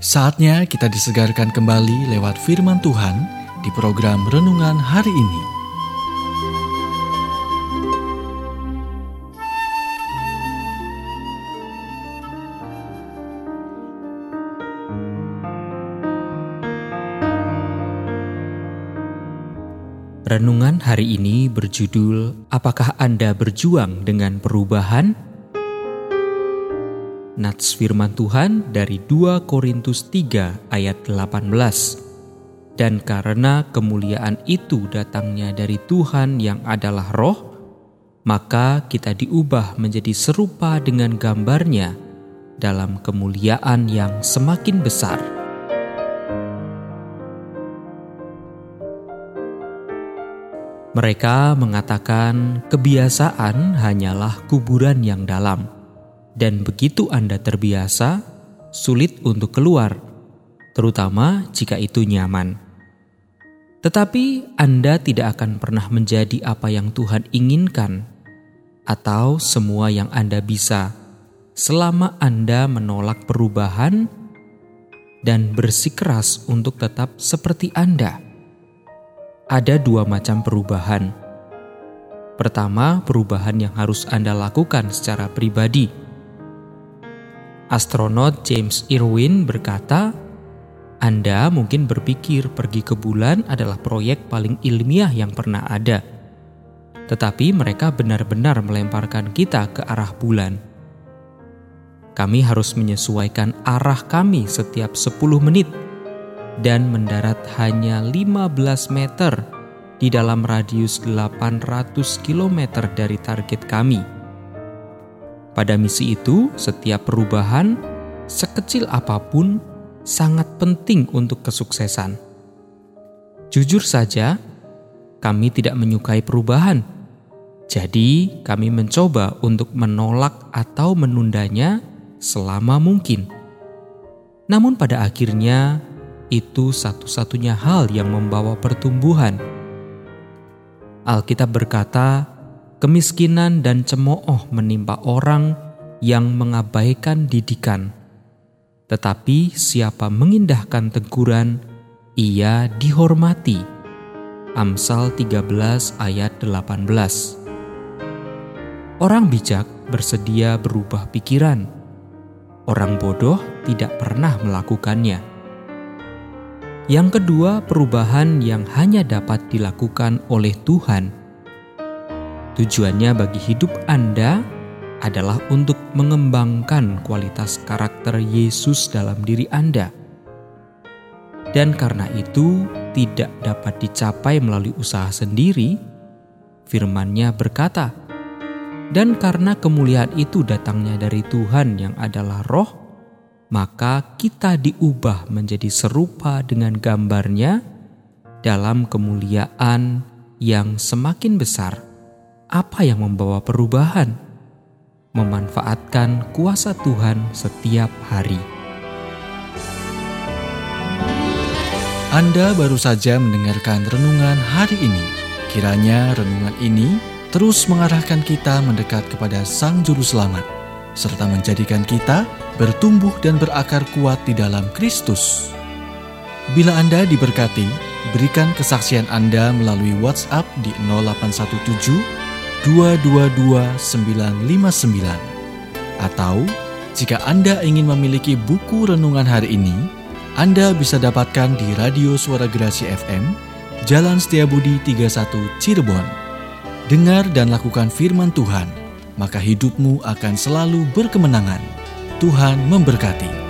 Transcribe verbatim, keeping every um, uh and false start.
Saatnya kita disegarkan kembali lewat firman Tuhan di program Renungan Hari Ini. Renungan hari ini berjudul, Apakah Anda berjuang dengan perubahan? Nats firman Tuhan dari dua Korintus tiga ayat delapan belas. Dan karena kemuliaan itu datangnya dari Tuhan yang adalah Roh, maka kita diubah menjadi serupa dengan gambarnya dalam kemuliaan yang semakin besar. Mereka mengatakan kebiasaan hanyalah kuburan yang dalam, dan begitu Anda terbiasa, sulit untuk keluar, terutama jika itu nyaman. Tetapi Anda tidak akan pernah menjadi apa yang Tuhan inginkan, atau semua yang Anda bisa, selama Anda menolak perubahan dan bersikeras untuk tetap seperti Anda. Ada dua macam perubahan. Pertama, perubahan yang harus Anda lakukan secara pribadi. Astronot James Irwin berkata, Anda mungkin berpikir pergi ke bulan adalah proyek paling ilmiah yang pernah ada. Tetapi mereka benar-benar melemparkan kita ke arah bulan. Kami harus menyesuaikan arah kami setiap sepuluh menit. Dan mendarat hanya lima belas meter di dalam radius delapan ratus kilometer dari target kami. Pada misi itu, setiap perubahan, sekecil apapun, sangat penting untuk kesuksesan. Jujur saja, kami tidak menyukai perubahan. Jadi, kami mencoba untuk menolak atau menundanya selama mungkin. Namun pada akhirnya, itu satu-satunya hal yang membawa pertumbuhan. Alkitab berkata, kemiskinan dan cemooh menimpa orang yang mengabaikan didikan. Tetapi siapa mengindahkan teguran, ia dihormati. Amsal tiga belas ayat delapan belas. Orang bijak bersedia berubah pikiran. Orang bodoh tidak pernah melakukannya. Yang kedua, perubahan yang hanya dapat dilakukan oleh Tuhan. Tujuannya bagi hidup Anda adalah untuk mengembangkan kualitas karakter Yesus dalam diri Anda. Dan karena itu tidak dapat dicapai melalui usaha sendiri, firman-Nya berkata, dan karena kemuliaan itu datangnya dari Tuhan yang adalah Roh, maka kita diubah menjadi serupa dengan gambarnya dalam kemuliaan yang semakin besar. Apa yang membawa perubahan? Memanfaatkan kuasa Tuhan setiap hari. Anda baru saja mendengarkan renungan hari ini. Kiranya renungan ini terus mengarahkan kita mendekat kepada Sang Juru Selamat, serta menjadikan kita bertumbuh dan berakar kuat di dalam Kristus. Bila Anda diberkati, berikan kesaksian Anda melalui WhatsApp di nol delapan satu tujuh dua dua dua sembilan lima sembilan. Atau, jika Anda ingin memiliki buku renungan hari ini, Anda bisa dapatkan di Radio Suara Gerasi F M, Jalan Setiabudi tiga puluh satu Cirebon. Dengar dan lakukan firman Tuhan, maka hidupmu akan selalu berkemenangan. Tuhan memberkati.